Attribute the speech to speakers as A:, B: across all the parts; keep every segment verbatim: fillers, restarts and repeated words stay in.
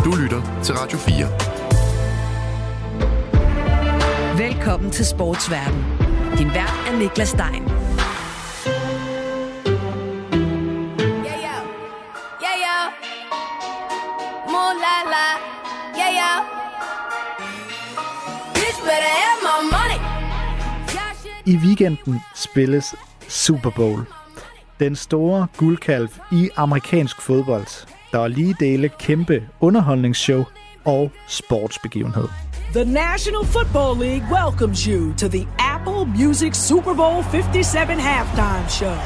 A: Du lytter til Radio fire.
B: Velkommen til Sportsverden. Din vært er Niklas Stein.
C: I weekenden spilles Super Bowl. Den store guldkalv i amerikansk fodbold, der er lige dele kæmpe underholdningsshow og sportsbegivenhed.
D: The National Football League welcomes you to the Apple Music Super Bowl fifty-seven halftime show.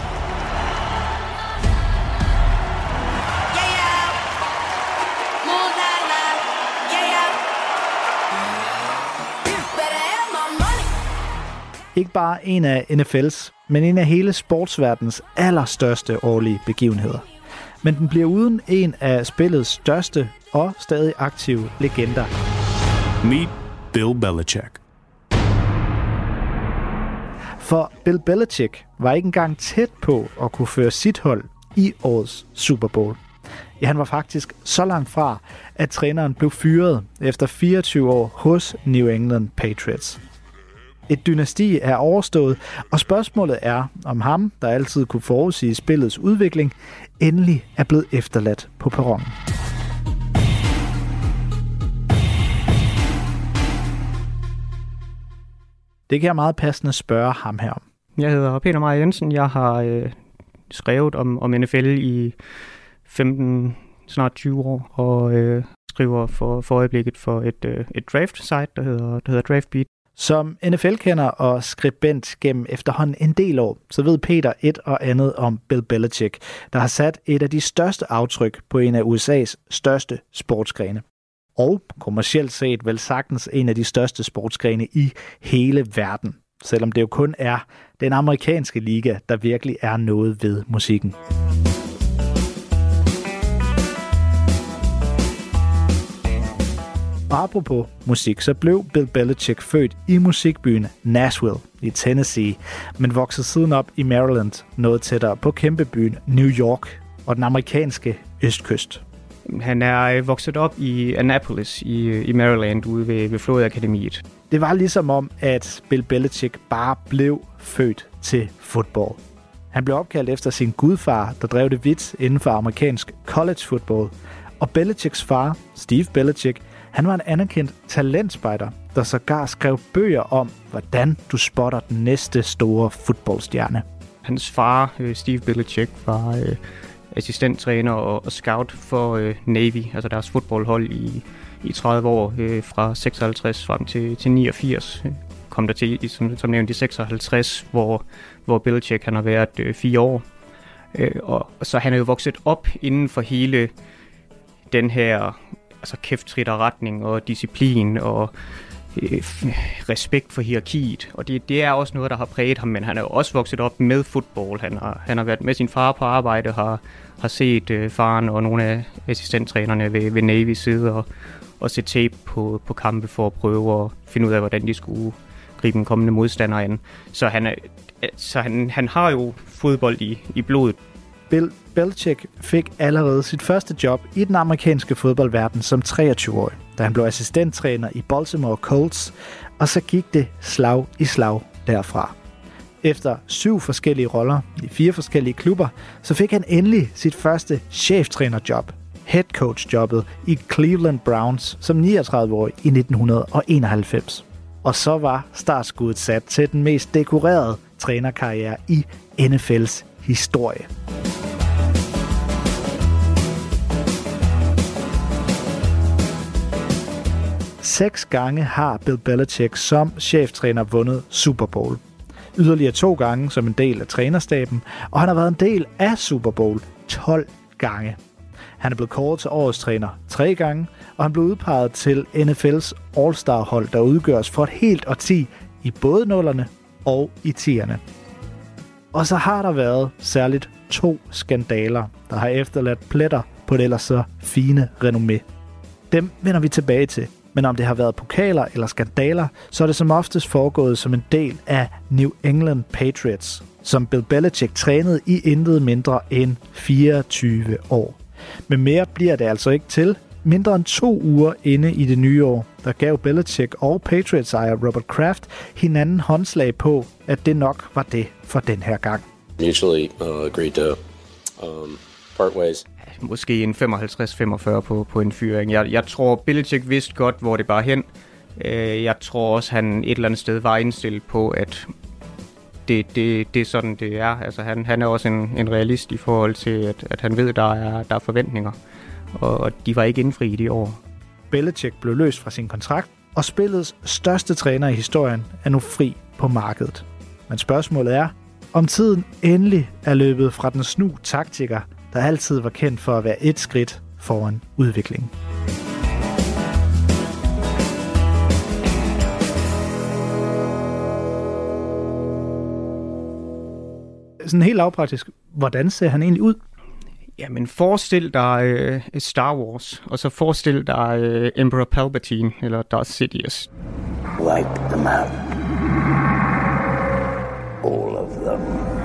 C: Ikke bare en af N F L's, men en af hele sportsverdens allerstørste årlige begivenheder. Men den bliver uden en af spillets største og stadig aktive legender.
E: Meet Bill Belichick.
C: For Bill Belichick var ikke engang tæt på at kunne føre sit hold i årets Super Bowl. Ja, han var faktisk så langt fra, at træneren blev fyret efter fireogtyve år hos New England Patriots. Et dynasti er overstået, og spørgsmålet er, om ham, der altid kunne forudsige spillets udvikling, endelig er blevet efterladt på perronen. Det kan jeg meget passende spørge ham her om.
F: Jeg hedder Peter Meier Jensen. Jeg har øh, skrevet om, om N F L i femten, snart tyve år, og øh, skriver for, for øjeblikket for et, øh, et draft-site, der hedder, der hedder DraftBeat.
C: Som N F L-kender og skribent gennem efterhånden en del år, så ved Peter et og andet om Bill Belichick, der har sat et af de største aftryk på en af U S A's største sportsgrene. Og kommercielt set vel sagtens en af de største sportsgrene i hele verden, selvom det jo kun er den amerikanske liga, der virkelig er noget ved musikken. Og apropos musik, så blev Bill Belichick født i musikbyen Nashville i Tennessee, men voksede siden op i Maryland, noget tættere på kæmpebyen New York og den amerikanske østkyst.
F: Han er vokset op i Annapolis i, i Maryland ude ved, ved Flådeakademiet.
C: Det var ligesom om, at Bill Belichick bare blev født til fodbold. Han blev opkaldt efter sin gudfar, der drev det vidt inden for amerikansk college football. Og Belichicks far, Steve Belichick, han var en anerkendt talentspejder, der sågar skrev bøger om, hvordan du spotter den næste store fodboldstjerne.
F: Hans far, Steve Belichick, var øh, assistenttræner og, og scout for øh, Navy, altså deres fodboldhold i, i tredive år, øh, fra seksoghalvtreds frem til, til niogfirs. Kom der til, som, som nævnt, i seksoghalvtreds, hvor, hvor Belichick han har været øh, fire år. Øh, og, og så han er jo vokset op inden for hele den her altså kæftritterretning og disciplin og øh, respekt for hierarkiet. Og det, det er også noget, der har præget ham, men han er jo også vokset op med fodbold. Han har, han har været med sin far på arbejde, har, har set øh, faren og nogle af assistenttrænerne ved, ved Navy sidde og, og se tape på, på kampe for at prøve at finde ud af, hvordan de skulle gribe en kommende modstander an. Så han, er, så han, han har jo fodbold i, i blodet.
C: Bill Belichick fik allerede sit første job i den amerikanske fodboldverden som treogtyve-årig, da han blev assistenttræner i Baltimore Colts, og så gik det slag i slag derfra. Efter syv forskellige roller i fire forskellige klubber, så fik han endelig sit første cheftrænerjob, headcoach-jobbet i Cleveland Browns som niogtredive-årig i nitten enoghalvfems. Og så var startskuddet sat til den mest dekorerede trænerkarriere i N F L's historie. Seks gange har Bill Belichick som cheftræner vundet Super Bowl. Yderligere to gange som en del af trænerstaben, og han har været en del af Super Bowl tolv gange. Han er blevet kåret til årets træner tre gange, og han blev udpeget til N F L's All-Star-hold, der udgøres for et helt årti i både nullerne og i tierne. Og så har der været særligt to skandaler, der har efterladt pletter på det ellers så fine renommé. Dem vender vi tilbage til, men om det har været pokaler eller skandaler, så er det som oftest foregået som en del af New England Patriots, som Bill Belichick trænede i intet mindre end fireogtyve år. Men mere bliver det altså ikke til, mindre end to uger inde i det nye år, der gav Belichick og Patriots-ejer Robert Kraft hinanden håndslag på, at det nok var det for den her gang.
A: Mutually uh, agreed to um, part ways.
F: Måske en femoghalvtreds femogfyrre på, på en fyring. Jeg, jeg tror, Belichick vidste godt, hvor det bar hen. Jeg tror også, han et eller andet sted var indstillet på, at det, det, det er sådan, det er. Altså, han, han er også en, en realist i forhold til, at, at han ved, der er, der er forventninger. Og, og de var ikke indfriet i år.
C: Belichick blev løst fra sin kontrakt, og spillets største træner i historien er nu fri på markedet. Men spørgsmålet er, om tiden endelig er løbet fra den snu taktiker, der altid var kendt for at være et skridt foran udviklingen. Sådan helt lavpraktisk, hvordan ser han egentlig ud?
F: Jamen forestil dig øh, Star Wars, og så forestil dig øh, Emperor Palpatine, eller Darth Sidious.
G: Wipe them out. All of them.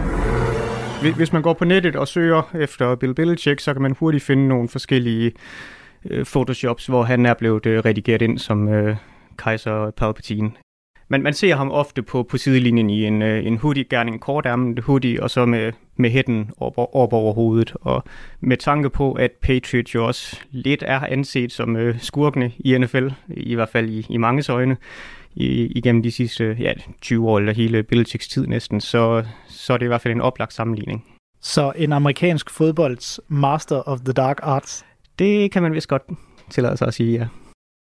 F: Hvis man går på nettet og søger efter Bill Belichick, så kan man hurtigt finde nogle forskellige øh, photoshops, hvor han er blevet øh, redigeret ind som øh, kejser Palpatine. Man, man ser ham ofte på, på sidelinjen i en, øh, en hoodie, gerne en kortærmet hoodie, og så med, med hætten op, op over hovedet. Og med tanke på, at Patriots jo også lidt er anset som øh, skurkene i N F L, i hvert fald i, i manges øjne, i, igennem de sidste ja, tyve år, eller hele Belichicks tid næsten, så, så er det i hvert fald en oplagt sammenligning.
C: Så en amerikansk fodbolds master of the dark arts?
F: Det kan man vist godt tillade sig at sige, ja.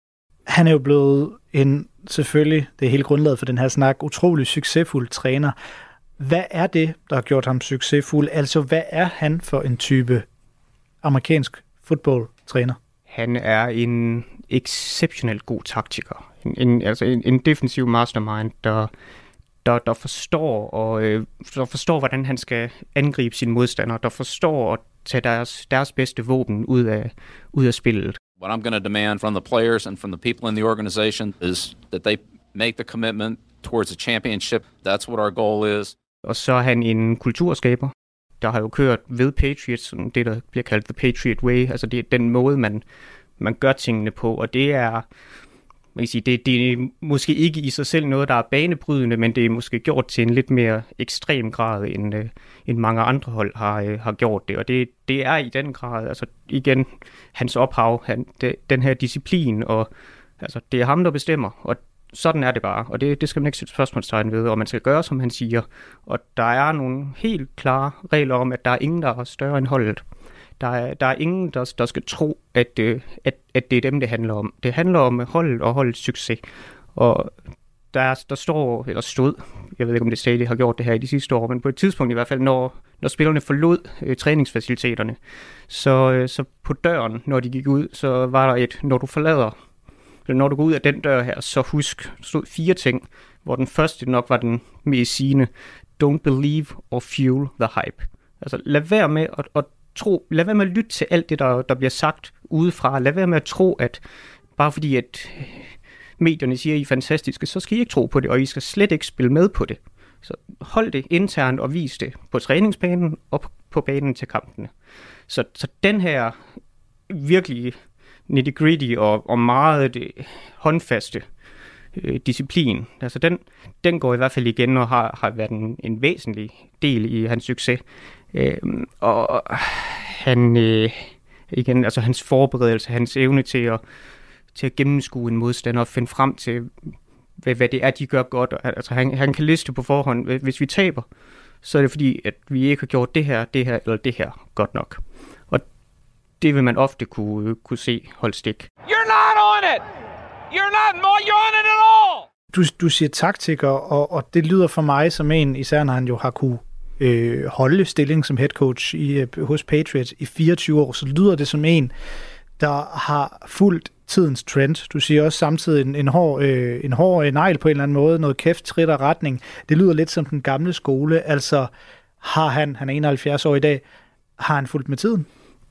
C: Han er jo blevet en, selvfølgelig, det er hele grundlaget for den her snak, utrolig succesfuld træner. Hvad er det, der har gjort ham succesfuld? Altså, hvad er han for en type amerikansk fodboldtræner?
F: Han er en exceptionelt god taktiker. En, en, altså en, en defensiv mastermind, der, der, der forstår og øh, der forstår, hvordan han skal angribe sine modstandere, der forstår at tage deres, deres bedste våben ud af, ud af spillet.
H: What I'm going to demand from the players and from the people in the organization is that they make the commitment towards a championship. That's what our goal is.
F: Og så er han en kulturskaber, der har jo kørt ved Patriots, det der bliver kaldt the Patriot Way. Altså det er den måde, man, man gør tingene på, og det er, man kan sige, det, det er måske ikke i sig selv noget, der er banebrydende, men det er måske gjort til en lidt mere ekstrem grad, end, øh, end mange andre hold har, øh, har gjort det. Og det, det er i den grad, altså igen, hans ophav, han, det, den her disciplin, og altså, det er ham, der bestemmer, og sådan er det bare. Og det, det skal man ikke sætte spørgsmålstegn ved, og man skal gøre, som han siger. Og der er nogle helt klare regler om, at der er ingen, der er større end holdet. Der er, der er ingen, der, der skal tro, at, at, at det er dem, det handler om. Det handler om holdet og holdets succes. Og der, der står, eller stod, jeg ved ikke, om det stadig har gjort det her i de sidste år, men på et tidspunkt i hvert fald, når, når spillerne forlod øh, træningsfaciliteterne, så, øh, så på døren, når de gik ud, så var der et, når du forlader, eller når du går ud af den dør her, så husk, der stod fire ting, hvor den første nok var den mest sigende: don't believe or fuel the hype. Altså lad være med at, at tro, lad være med at lytte til alt det, der, der bliver sagt udefra. Lad være med at tro, at bare fordi at medierne siger, at I er fantastiske, så skal I ikke tro på det, og I skal slet ikke spille med på det. Så hold det internt og vis det på træningsbanen og på banen til kampene. Så, så den her virkelig nitty-gritty og, og meget det håndfaste øh, disciplin, altså den, den går i hvert fald igen og har, har været en, en væsentlig del i hans succes. Øh, og han, øh, igen, altså hans forberedelse, hans evne til at, til at gennemskue en modstander og finde frem til, hvad, hvad det er, de gør godt. Altså han, han kan liste på forhånd, hvis vi taber, så er det fordi, at vi ikke har gjort det her, det her eller det her godt nok. Og det vil man ofte kunne, kunne se holde stik.
I: You're not on it! You're not more, you're on it at all!
C: Du, du siger taktiker, og, og det lyder for mig som en, især når han jo har kunne øh, holde stilling som head coach i, hos Patriots i fireogtyve år, så lyder det som en, der har fulgt tidens trend. Du siger også samtidig en, en hård, øh, en hård negl på en eller anden måde, noget kæft, trit og retning. Det lyder lidt som den gamle skole. Altså har han, han er enoghalvfjerds år i dag, har han fulgt med tiden?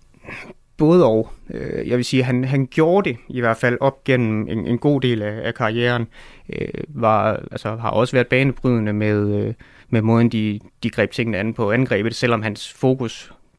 F: Både og. Jeg vil sige, at han, han gjorde det i hvert fald op gennem en, en god del af, af karrieren. Var, altså, har også været banebrydende med, med måden, de, de greb tingene an på angrebet, selvom hans fokus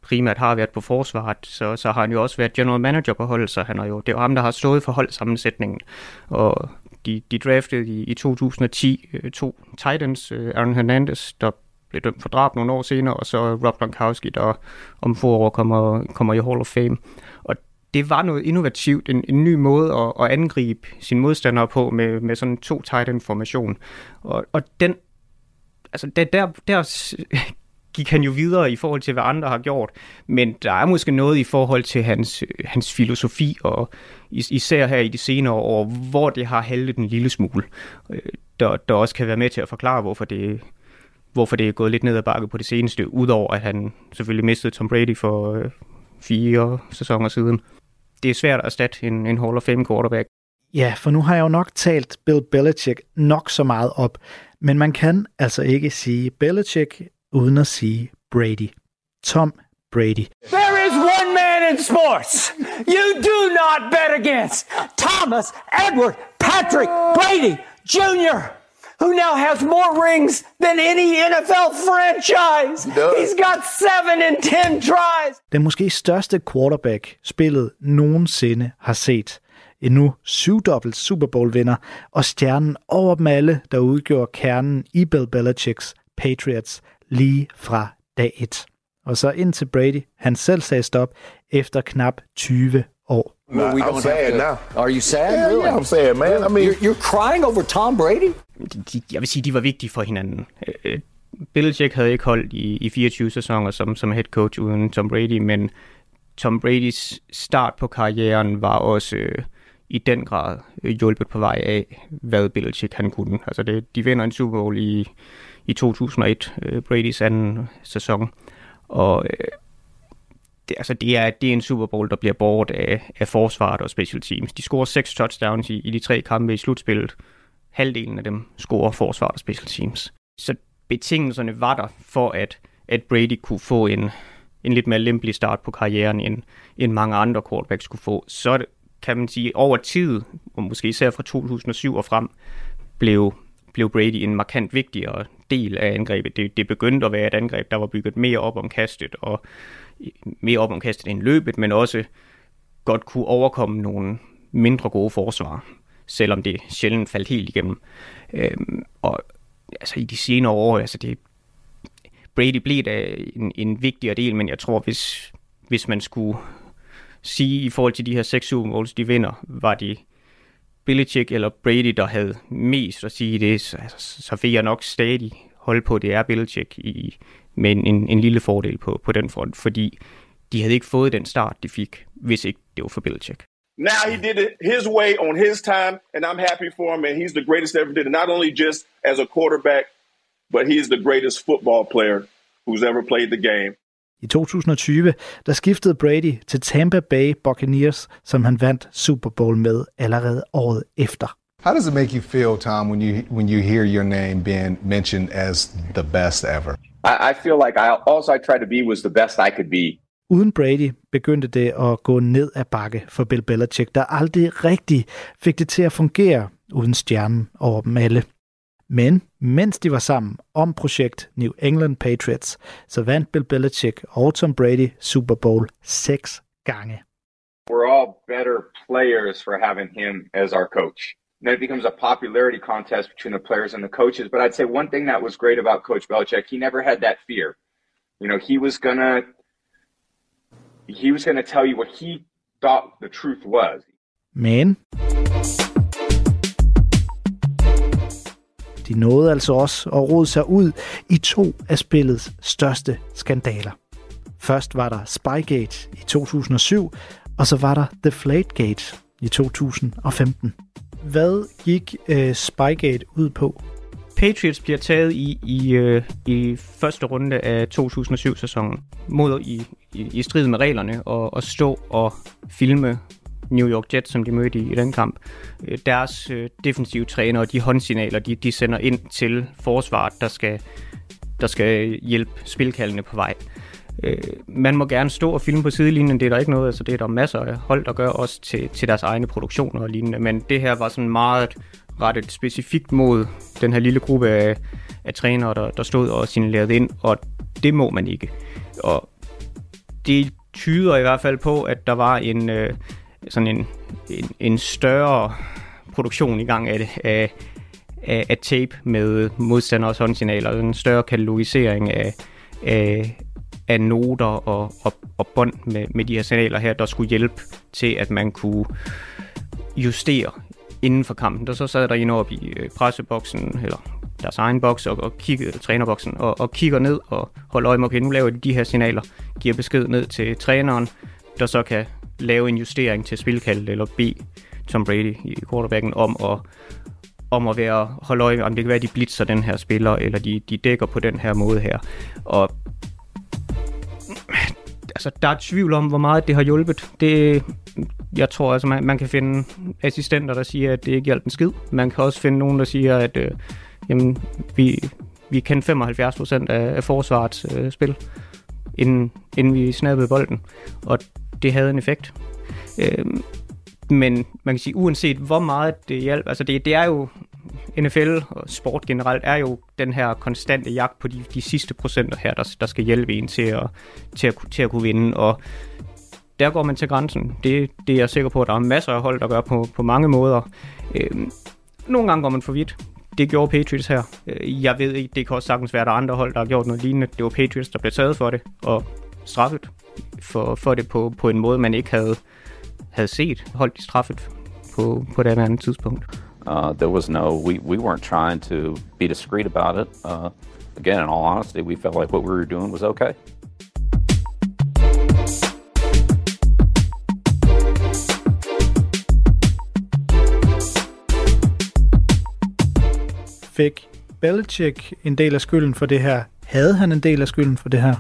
F: primært har været på forsvaret, så, så har han jo også været general manager på holdet, så han er jo, det er jo ham, der har stået for holdsammensætningen. Og de, de draftede i, i to tusind og ti øh, to Titans, øh, Aaron Hernandez, der blev dømt for drab nogle år senere, og så Rob Gronkowski, der om få år kommer, kommer i Hall of Fame. Og det var noget innovativt, en, en ny måde at, at angribe sine modstandere på med, med sådan en to tight end formation. Og, og den, altså der, der, der gik han jo videre i forhold til, hvad andre har gjort, men der er måske noget i forhold til hans, hans filosofi, og is, især her i de senere år, hvor det har haltet en lille smule, der, der også kan være med til at forklare, hvorfor det hvorfor det er gået lidt ned ad bakke på det seneste, udover at han selvfølgelig mistede Tom Brady for øh, fire sæsoner siden. Det er svært at erstatte en, en Hall of Fame quarterback.
C: Ja, for nu har jeg jo nok talt Bill Belichick nok så meget op, men man kan altså ikke sige Belichick uden at sige Brady. Tom Brady.
J: There is one man in sports you do not bet against. Thomas Edward Patrick Brady Junior, who now has more rings than any N F L franchise. He's got seven in ten tries.
C: Den måske største quarterback, spillet nogensinde har set. En nu syvdobbelt Super Bowl-vinder og stjernen over dem alle, der udgjorde kernen i Bill Belichicks Patriots lige fra dag et. Og så ind til Brady, han selv sagde stop efter knap tyve år.
K: No, we don't I'm sad to, now. Are you sad? Yeah, really?
J: Yeah, I'm sad, man. I mean, you're, you're crying over Tom Brady?
F: De, de, jeg vil sige, de var vigtige for hinanden. Uh, Belichick havde ikke holdt i, i fireogtyve sæsoner som, som head coach uden Tom Brady, men Tom Bradys start på karrieren var også uh, i den grad uh, hjulpet på vej af, hvad Belichick han kunne. Altså det, de vinder en Super Bowl i, i to tusind og et, uh, Bradys anden sæson, og uh, Det, altså det, er, det er en Super Bowl, der bliver båret af, af forsvaret og special teams. De scorer seks touchdowns i, i de tre kampe i slutspillet. Halvdelen af dem scorer forsvaret og special teams. Så betingelserne var der for, at, at Brady kunne få en, en lidt mere lempelig start på karrieren, end, end mange andre quarterbacks kunne få. Så kan man sige, over tid, og måske især fra to tusind og syv og frem, blev, blev Brady en markant vigtigere del af angrebet. Det, det begyndte at være et angreb, der var bygget mere op om kastet, og mere op om kastet end løbet, men også godt kunne overkomme nogle mindre gode forsvar, selvom det sjældent faldt helt igennem. Øhm, og altså i de senere år, altså det, Brady blev da en, en vigtigere del, men jeg tror, hvis, hvis man skulle sige i forhold til de her seks Super Bowls, de vinder, var det Belichick eller Brady, der havde mest at sige det, så, altså, så vil jeg nok stadig holde på, det er Belichick i med en, en, en lille fordel på, på den front, fordi de havde ikke fået den start, de fik, hvis ikke det var for Belichick.
L: Now he did it his way on his time, and I'm happy for him, and he's the greatest ever did it, not only just as a quarterback, but he is the greatest football player who's ever played the game.
C: I to tusind og tyve, der skiftede Brady til Tampa Bay Buccaneers, som han vandt Super Bowl med allerede året efter.
M: How does it make you feel, Tom, when you when you hear your name being mentioned as the best ever?
N: I, I feel like I, all I tried to be was the best I could be.
C: Uden Brady begyndte det at gå ned ad bakke for Bill Belichick, der aldrig rigtig fik det til at fungere uden stjernen over dem alle. Men mens de var sammen om projekt New England Patriots, så vandt Bill Belichick og Tom Brady Super Bowl seks gange.
N: We're all better players for having him as our coach. Then it becomes a popularity contest between the players and the coaches. But I'd say one thing that was great about Coach Belichick, he never had that fear. You know, he was gonna he was gonna tell you what he thought the truth was.
C: Men de nåede altså også at rode sig ud i to af spillets største skandaler. Først var der Spygate i to tusind og syv, og så var der Deflategate i to tusind og femten. Hvad gik øh, Spygate ud på?
F: Patriots bliver taget i, i, øh, i første runde af to tusind og syv-sæsonen mod i, i, i strid med reglerne og, og stå og filme New York Jets, som de mødte i, i den kamp. Deres øh, defensive træner og de håndsignaler, de, de sender ind til forsvaret, der skal, der skal hjælpe spilkaldene på vej. Øh, man må gerne stå og filme på sidelinjen, det er der ikke noget, altså det er der masser af hold, der gør også til, til deres egne produktioner og lignende, men det her var sådan meget rettet specifikt mod den her lille gruppe af, af trænere, der, der stod og signalerede ind, og det må man ikke. Og det tyder i hvert fald på, at der var en, øh, sådan en, en, en større produktion i gang af, det, af, af, af tape med modstanders håndsignaler, en større katalogisering af, af, af noter og, og, og bånd med, med de her signaler her, der skulle hjælpe til, at man kunne justere inden for kampen. Der så sad der en op i presseboksen, eller deres egen boks, og, og kigge, trænerboksen, og, og kigger ned og holder øje med, okay, nu laver de de her signaler, giver besked ned til træneren, der så kan lave en justering til spilkaldet, eller bede Tom Brady i quarterbacken om at, om at være, holde øje med, om det kan være, de blitzer den her spiller, eller de, de dækker på den her måde her. Og altså, der er tvivl om, hvor meget det har hjulpet. Det, jeg tror, altså, man, man kan finde assistenter, der siger, at det ikke hjælper en skid. Man kan også finde nogen, der siger, at øh, jamen, vi, vi kendte femoghalvfjerds procent af, af forsvarets øh, spil, inden, inden vi snappede bolden. Og det havde en effekt. Øh, men man kan sige, uanset hvor meget det hjælper, altså det, det er jo, N F L og sport generelt er jo den her konstante jagt på de, de sidste procenter her, der, der skal hjælpe en til at, til, at, til at kunne vinde. Og der går man til grænsen. Det, det er jeg sikker på, at der er masser af hold, der gør på, på mange måder. Øh, nogle gange går man for vidt. Det gjorde Patriots her. Jeg ved ikke, det kan også sagtens være, at der er andre hold, der har gjort noget lignende. Det var Patriots, der blev taget for det og straffet for, for det på, på en måde, man ikke havde, havde set. Holdt de straffet på, på det andet tidspunkt.
H: Uh, there was no, we, we weren't trying to be discreet about it. Uh, again, in all honesty, we felt like what we were doing was okay.
C: Fik Belichick en del af skylden for det her? Havde han en del af skylden for det her?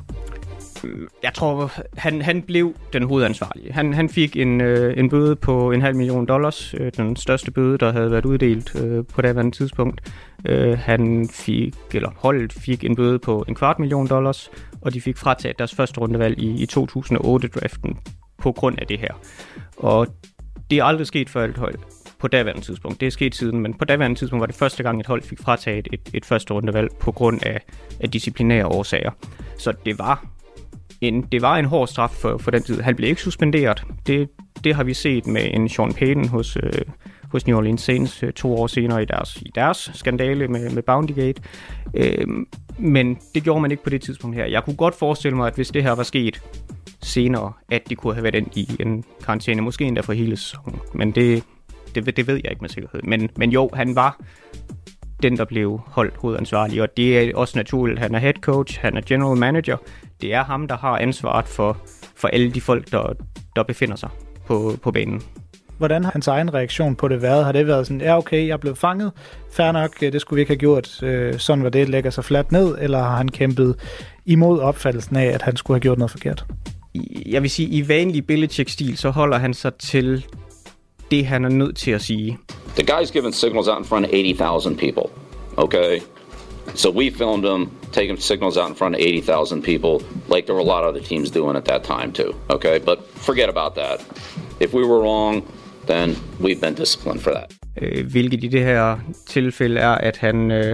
F: Jeg tror, han, han blev den hovedansvarlige. Han, han fik en, øh, en bøde på en halv million dollars. Øh, den største bøde, der havde været uddelt øh, på det andet tidspunkt. Øh, han fik, eller holdet fik en bøde på en kvart million dollars, og de fik frataget deres første rundevalg i, i to tusind og otte-draften på grund af det her. Og det er aldrig sket for et hold på daværende tidspunkt. Det er sket siden, men på daværende tidspunkt var det første gang, et hold fik frataget et, et første rundevalg på grund af, af disciplinære årsager. Så det var en, det var en hård straf for, for den tid. Han blev ikke suspenderet. Det, det har vi set med en Sean Payton hos, øh, hos New Orleans Saints øh, to år senere i deres, i deres skandale med, med Bountygate. Øh, men det gjorde man ikke på det tidspunkt her. Jeg kunne godt forestille mig, at hvis det her var sket senere, at de kunne have været ind i en karantæne, måske endda for hele sæsonen. Men det, det, det ved jeg ikke med sikkerhed. Men, men jo, han var den, der blev holdt hovedansvarlig, og det er også naturligt. Han er head coach, han er general manager. Det er ham, der har ansvaret for, for alle de folk, der, der befinder sig på, på banen.
C: Hvordan har hans egen reaktion på det været? Har det været sådan, ja okay, jeg er blevet fanget, fair nok, det skulle vi ikke have gjort, sådan var det, lægger sig fladt ned, eller har han kæmpet imod opfattelsen af, at han skulle have gjort noget forkert?
F: Jeg vil sige, i vanlig Belichick-stil, så holder han sig til det, han er nødt til at sige.
H: The guy's giving signals out in front of eighty thousand people, okay? So we filmed him taking signals out in front of eighty thousand people, like there were a lot of other teams doing at that time too, okay? But forget about that. If we were wrong, then we've been disciplined for that.
F: Øh, hvilket i det her tilfælde er, at han, øh,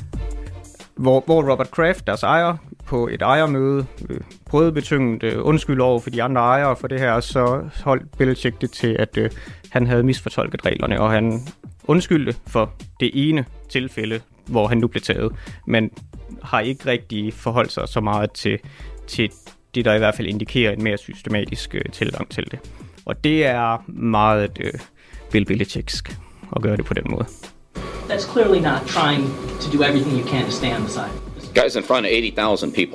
F: hvor, hvor Robert Kraft, deres ejer, på et ejermøde øh, prøvede betynget øh, undskyld over for de andre ejere for det her, så holdt Belichick det til, at øh, han havde misfortolket reglerne, og han undskyldte for det ene tilfælde, hvor han nu blev taget, men har ikke rigtig forholdt sig så meget til, til det, der i hvert fald indikerer en mere systematisk øh, tilgang til det. Og det er meget øh, Bill Belichicksk at gøre det på den måde.
O: That's clearly not trying to do everything you can to stay on the side.
H: Guys in front of eighty thousand people.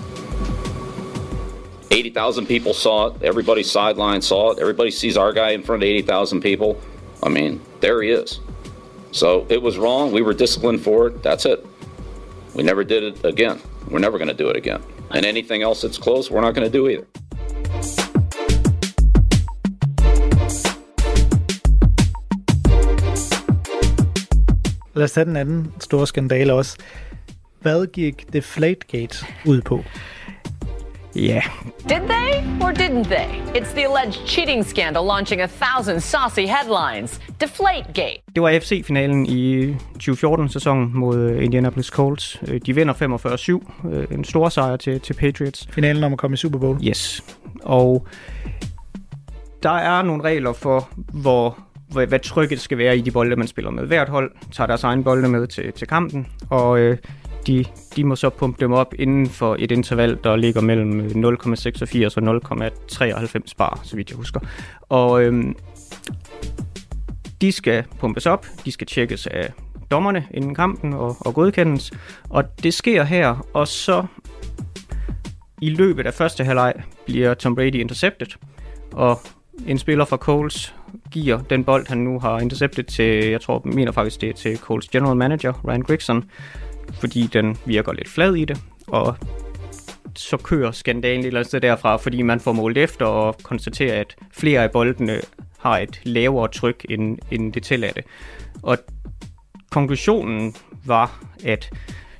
H: eighty thousand people saw it. Everybody's sideline saw it. Everybody sees our guy in front of eighty thousand people. I mean, there he is. So it was wrong. We were disciplined for it. That's it. We never did it again. We're never going to do it again. And anything else that's close, we're not going to do either.
C: Lad os tage den anden store skandale også. Hvad gik Deflategate ud på?
F: Ja. Yeah.
P: Did they or didn't they? It's the alleged cheating scandal launching a thousand saucy headlines. Deflategate.
F: Det var A F C-finalen i tyve fjorten-sæsonen mod Indianapolis Colts. De vinder femogfyrre syv. En stor sejr til, til Patriots.
C: Finalen om at komme i Super Bowl.
F: Yes. Og der er nogle regler for, hvor, hvor, hvad trykket skal være i de bolde, man spiller med. Hvert hold tager deres egen bolde med til, til kampen, og øh, de, de må så pumpe dem op inden for et interval, der ligger mellem nul komma seksogfirs og nul komma treoghalvfems bar, så vidt jeg husker. Og øh, de skal pumpes op, de skal tjekkes af dommerne inden kampen og, og godkendes, og det sker her, og så i løbet af første halvleg bliver Tom Brady intercepted, og en spiller fra Colts giver den bold, han nu har interceptet til, jeg tror, mener faktisk det er til Colts general manager, Ryan Grigson, fordi den virker lidt flad i det, og så kører skandalen et eller andet sted derfra, fordi man får målt efter og konstaterer, at flere af boldene har et lavere tryk end, end det tilladte. Og konklusionen var, at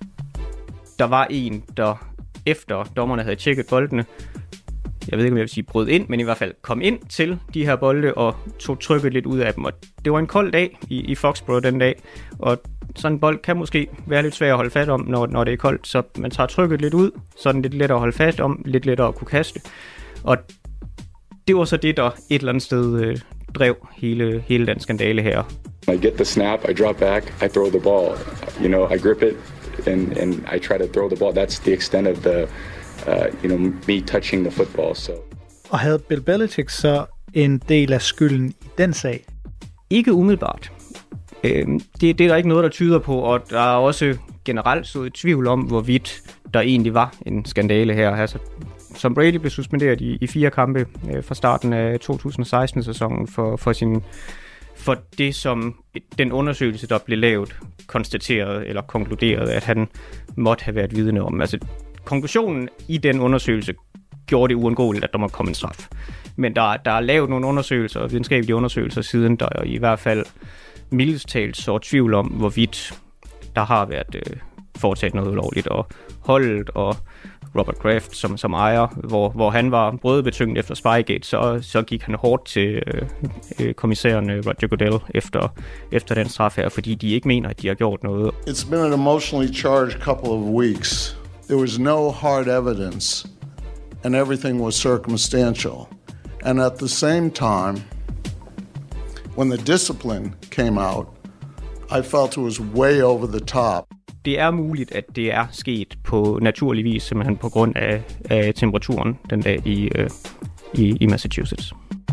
F: der var en, der efter dommerne havde tjekket boldene, jeg ved ikke, om jeg vil sige brød ind, men i hvert fald kom ind til de her bolde og tog trykket lidt ud af dem. Og det var en kold dag i, i Foxborough den dag, og sådan en bold kan måske være lidt svær at holde fat om, når, når det er koldt, så man tager trykket lidt ud, så er den lidt lettere at holde fat om, lidt lettere at kunne kaste. Og det var så det, der et eller andet sted øh, drev hele, hele den skandale her.
Q: I get the snap, I drop back, I throw the ball. You know, I grip it, and, and I try to throw the ball. That's the extent of the, uh, you know, me touching the football. So.
C: Og havde Bill Belichick så en del af skylden i den sag?
F: Ikke umiddelbart. Øhm, det, det er der ikke noget, der tyder på, og der er også generelt så i tvivl om, hvorvidt der egentlig var en skandale her. Altså, som Brady blev suspenderet i, i fire kampe øh, fra starten af to tusind og seksten-sæsonen for, for, sin, for det, som den undersøgelse, der blev lavet, konstaterede eller konkluderede, at han måtte have været vidne om. Altså, konklusionen i den undersøgelse gjorde det uundgåeligt, at der måtte komme en straf. Men der, der er lavet nogle undersøgelser, videnskabelige undersøgelser siden, der i hvert fald mildest talt så tvivl om, hvorvidt der har været øh, foretaget noget ulovligt. Og holdet og Robert Kraft som, som ejer, hvor, hvor han var brødebetynget efter Spygate, så, så gik han hårdt til øh, øh, kommissæren Roger Goodell efter, efter den straf her, fordi de ikke mener, at de har gjort noget.
R: It's been an emotionally charged couple of weeks. There was no hard evidence, and everything was circumstantial. And at the same time, when the discipline came out, I felt it was way over the top.
F: Det er muligt, at det er sket på naturlig vis, simpelthen på grund af, af temperaturen den dag i, øh, i, i Massachusetts.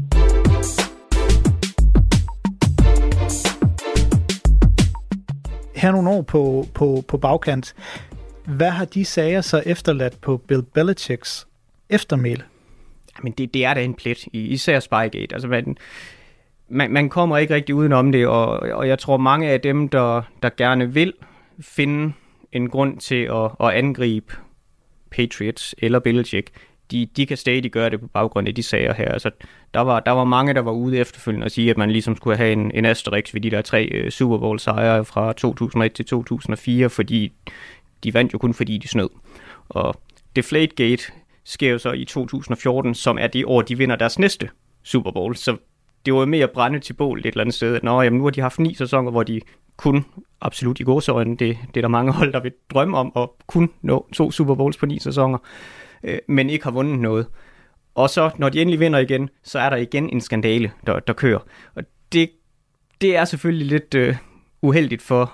C: Her nogle år på, på, på bagkant, hvad har de sager så efterladt på Bill Belichicks eftermæle?
F: Jamen det, det er da en plet, især Spygate. Altså man, man, man kommer ikke rigtig udenom det, og, og jeg tror mange af dem, der, der gerne vil finde en grund til at, at angribe Patriots eller Belichick, de, de kan stadig gøre det på baggrund af de sager her. Altså, der, var, der var mange, der var ude efterfølgende og sige, at man ligesom skulle have en, en asterisk ved de der tre uh, Super Bowl sejre fra to tusind og et til to tusind og fire, fordi de vandt jo kun fordi de snød. Og Deflategate sker jo så i to tusind og fjorten, som er det år, de vinder deres næste Super Bowl. Så det var jo mere brænde til bål et eller andet sted. At, nå, jamen, nu har de haft ni sæsoner, hvor de kun absolut i gåseøjne, det, det er der mange hold, der vil drømme om, at kun nå to Super Bowls på ni sæsoner, øh, men ikke har vundet noget. Og så, når de endelig vinder igen, så er der igen en skandale, der, der kører. Og det, det er selvfølgelig lidt øh, uheldigt for,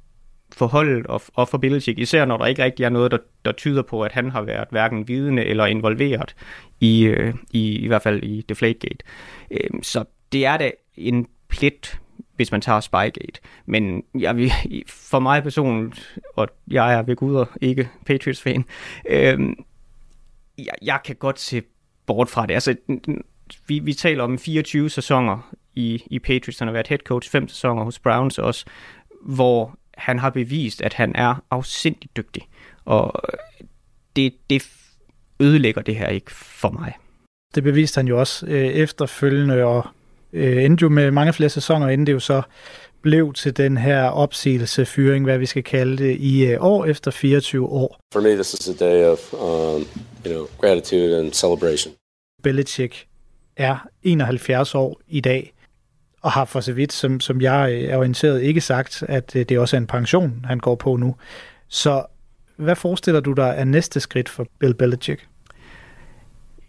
F: for holdet og, og for Belichick, især når der ikke rigtig er noget, der, der tyder på, at han har været hverken vidende eller involveret i, øh, i, i hvert fald i Deflategate. Øh, så det er da en plet, hvis man tager Spygate. Men jeg, for mig personligt, og jeg er ved Gud og ikke Patriots-fan, øh, jeg, jeg kan godt se bort fra det. Altså, vi, vi taler om fireogtyve sæsoner i, i Patriots. Han har været head coach fem sæsoner hos Browns også, hvor han har bevist, at han er afsindigt dygtig. Og det, det ødelægger det her ikke for mig.
C: Det beviste han jo også øh, efterfølgende, og øh, endte jo med mange flere sæsoner, inden det jo så blev til den her opsigelse, fyring, hvad vi skal kalde det, i øh, år efter fireogtyve år.
A: For me, this is a day of um, you know, gratitude and celebration.
C: Belichick er enoghalvfjerds år i dag, og har for så vidt, som, som jeg er orienteret, ikke sagt, at det også er en pension, han går på nu. Så hvad forestiller du dig er næste skridt for Bill Belichick?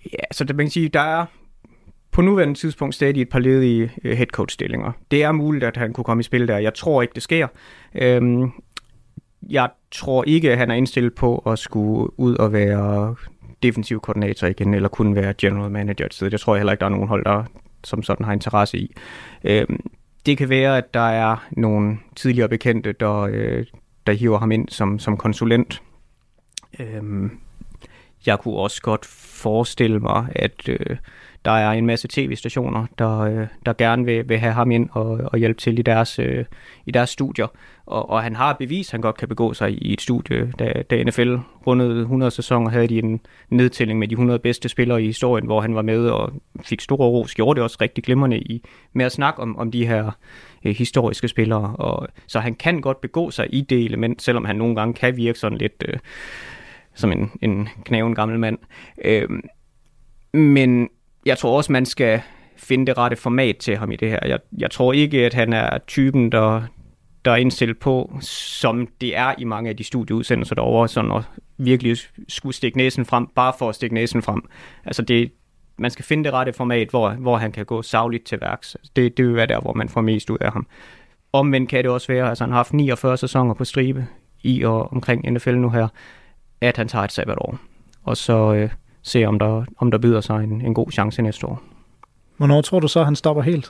F: Ja, så det, man kan sige, der er på nuværende tidspunkt stadig et par ledige headcoach-stillinger. Det er muligt, at han kunne komme i spil der. Jeg tror ikke, det sker. Øhm, jeg tror ikke, at han er indstillet på at skulle ud og være defensiv koordinator igen, eller kunne være general manager et sted. Det tror jeg heller ikke, der er nogen hold, der som sådan har interesse i. Øhm, det kan være, at der er nogle tidligere bekendte, der, øh, der hiver ham ind som, som konsulent. Øhm, jeg kunne også godt forestille mig, at øh, der er en masse tv-stationer, der, øh, der gerne vil, vil have ham ind og, og hjælpe til i deres, øh, i deres studier. Og, og han har bevist, at han godt kan begå sig i et studie. Da, da N F L rundede hundrede sæsoner, havde de en nedtælling med de hundrede bedste spillere i historien, hvor han var med og fik store ros. Gjorde det også rigtig glimrende i, med at snakke om, om de her øh, historiske spillere. Og, så han kan godt begå sig i det element, selvom han nogle gange kan virke sådan lidt øh, som en, en knæven gammel mand. Øh, men jeg tror også, man skal finde det rette format til ham i det her. Jeg, jeg tror ikke, at han er typen, der, der er indstillet på, som det er i mange af de studieudsendelser derovre, sådan at virkelig skulle stikke næsen frem, bare for at stikke næsen frem. Altså det, man skal finde det rette format, hvor, hvor han kan gå sagligt til værks. Det, det vil være der, hvor man får mest ud af ham. Omvendt kan det også være, altså han har haft niogfyrre sæsoner på stribe i og omkring N F L nu her, at han tager et sabbatår. Og så øh, se, om der, om der byder sig en, en god chance næste år.
C: Hvornår tror du så, at han stopper helt?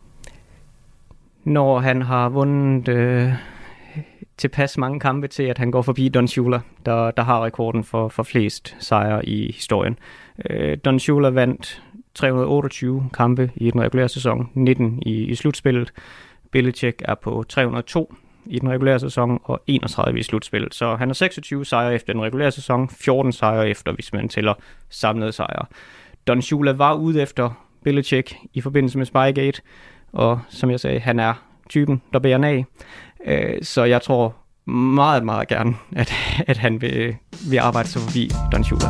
F: Når han har vundet øh, tilpas mange kampe til, at han går forbi Don Shula, der, der har rekorden for, for flest sejre i historien. Øh, Don Shula vandt tre hundrede og otteogtyve kampe i den regulære sæson, nitten i, i slutspillet. Belichick er på tre hundrede og to i den regulære sæson og enogtredive i slutspillet. Så han har seksogtyve sejre efter den regulære sæson, fjorten sejre efter, hvis man tæller samlede sejre. Don Shula var ude efter Belichick i forbindelse med Spygate, og som jeg sagde, han er typen, der bærer af. Så jeg tror meget, meget gerne, at, at han vil, vil arbejde sig forbi Don Shula.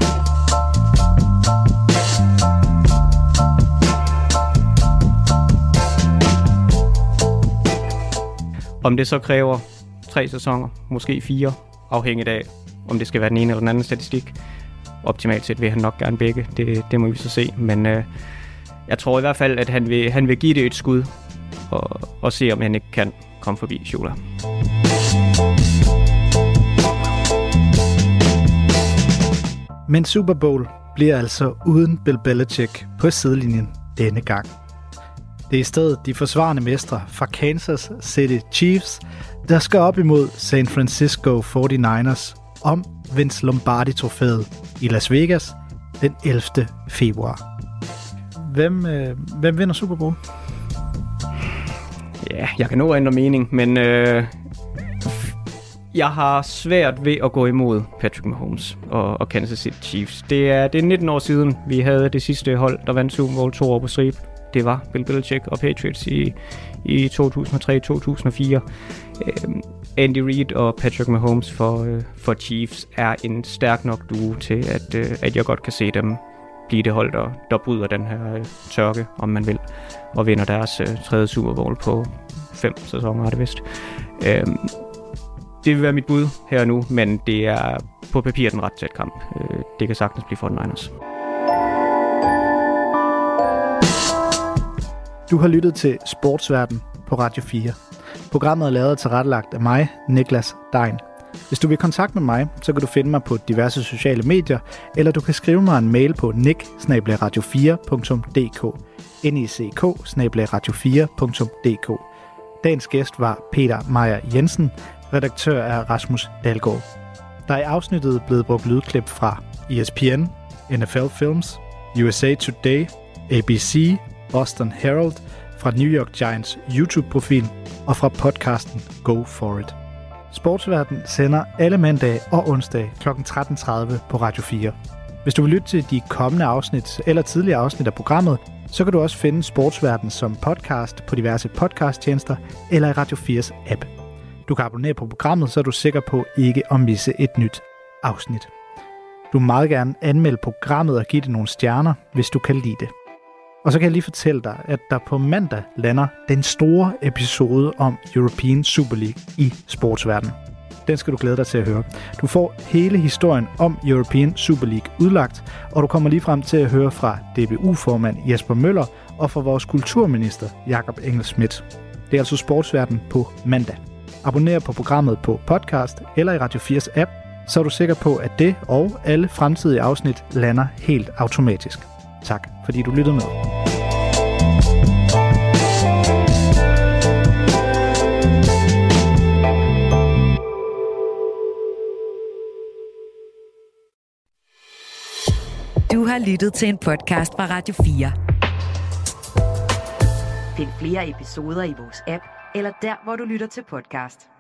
F: Om det så kræver tre sæsoner, måske fire, afhængigt af, om det skal være den ene eller den anden statistik. Optimalt set vil han nok gerne begge, det, det må vi så se. Men øh, jeg tror i hvert fald, at han vil, han vil give det et skud, og, og se, om han ikke kan komme forbi Shula.
C: Men Super Bowl bliver altså uden Bill Belichick på sidelinjen denne gang. Det er i stedet de forsvarende mestre fra Kansas City Chiefs, der skal op imod San Francisco forty-niners om Vince Lombardi-trofæet i Las Vegas den ellevte februar. Hvem, øh, hvem vinder Super Bowl?
F: Ja, jeg kan nå at ændre mening, men øh, jeg har svært ved at gå imod Patrick Mahomes og, og Kansas City Chiefs. Det er, det er nitten år siden, vi havde det sidste hold, der vandt Super Bowl to år på stribe. Det var Bill Belichick og Patriots i, i to tusind og tre til to tusind og fire. Øhm, Andy Reid og Patrick Mahomes for, øh, for Chiefs er en stærk nok duo til, at, øh, at jeg godt kan se dem blive det hold, der, der bryder den her øh, tørke, om man vil, og vinder deres øh, tredje Super Bowl på fem sæsoner, er det vist. Øhm, det vil være mit bud her nu, men det er på papir den ret tæt kamp. Øh, det kan sagtens blive forty-niners.
C: Du har lyttet til Sportsverden på Radio fire. Programmet er lavet og tilrettelagt af mig, Niklas Dein. Hvis du vil kontakte med mig, så kan du finde mig på diverse sociale medier, eller du kan skrive mig en mail på nick bindestreg radio fire punktum d k. nick bindestreg radio fire punktum d k. Dagens gæst var Peter Meyer Jensen, redaktør er Rasmus Dalgaard. Der er i afsnittet blevet brugt lydklip fra E S P N, N F L Films, U S A Today, A B C, Boston Herald, fra New York Giants YouTube-profil og fra podcasten Go For It. Sportsverden sender alle mandage og onsdag klokken tretten tredive på Radio fire. Hvis du vil lytte til de kommende afsnit eller tidligere afsnit af programmet, så kan du også finde Sportsverden som podcast på diverse podcasttjenester eller i Radio fires app. Du kan abonnere på programmet, så er du sikker på ikke at misse et nyt afsnit. Du må meget gerne anmelde programmet og give det nogle stjerner, hvis du kan lide det. Og så kan jeg lige fortælle dig, at der på mandag lander den store episode om European Super League i Sportsverden. Den skal du glæde dig til at høre. Du får hele historien om European Super League udlagt, og du kommer lige frem til at høre fra D B U-formand Jesper Møller og fra vores kulturminister Jakob Engel-Schmidt. Det er altså Sportsverden på mandag. Abonner på programmet på podcast eller i Radio fires app, så er du sikker på, at det og alle fremtidige afsnit lander helt automatisk. Tak, fordi du lyttede med.
B: Du har lyttet til en podcast fra Radio fire.
S: Find flere episoder i vores app, eller der, hvor du lytter til podcast.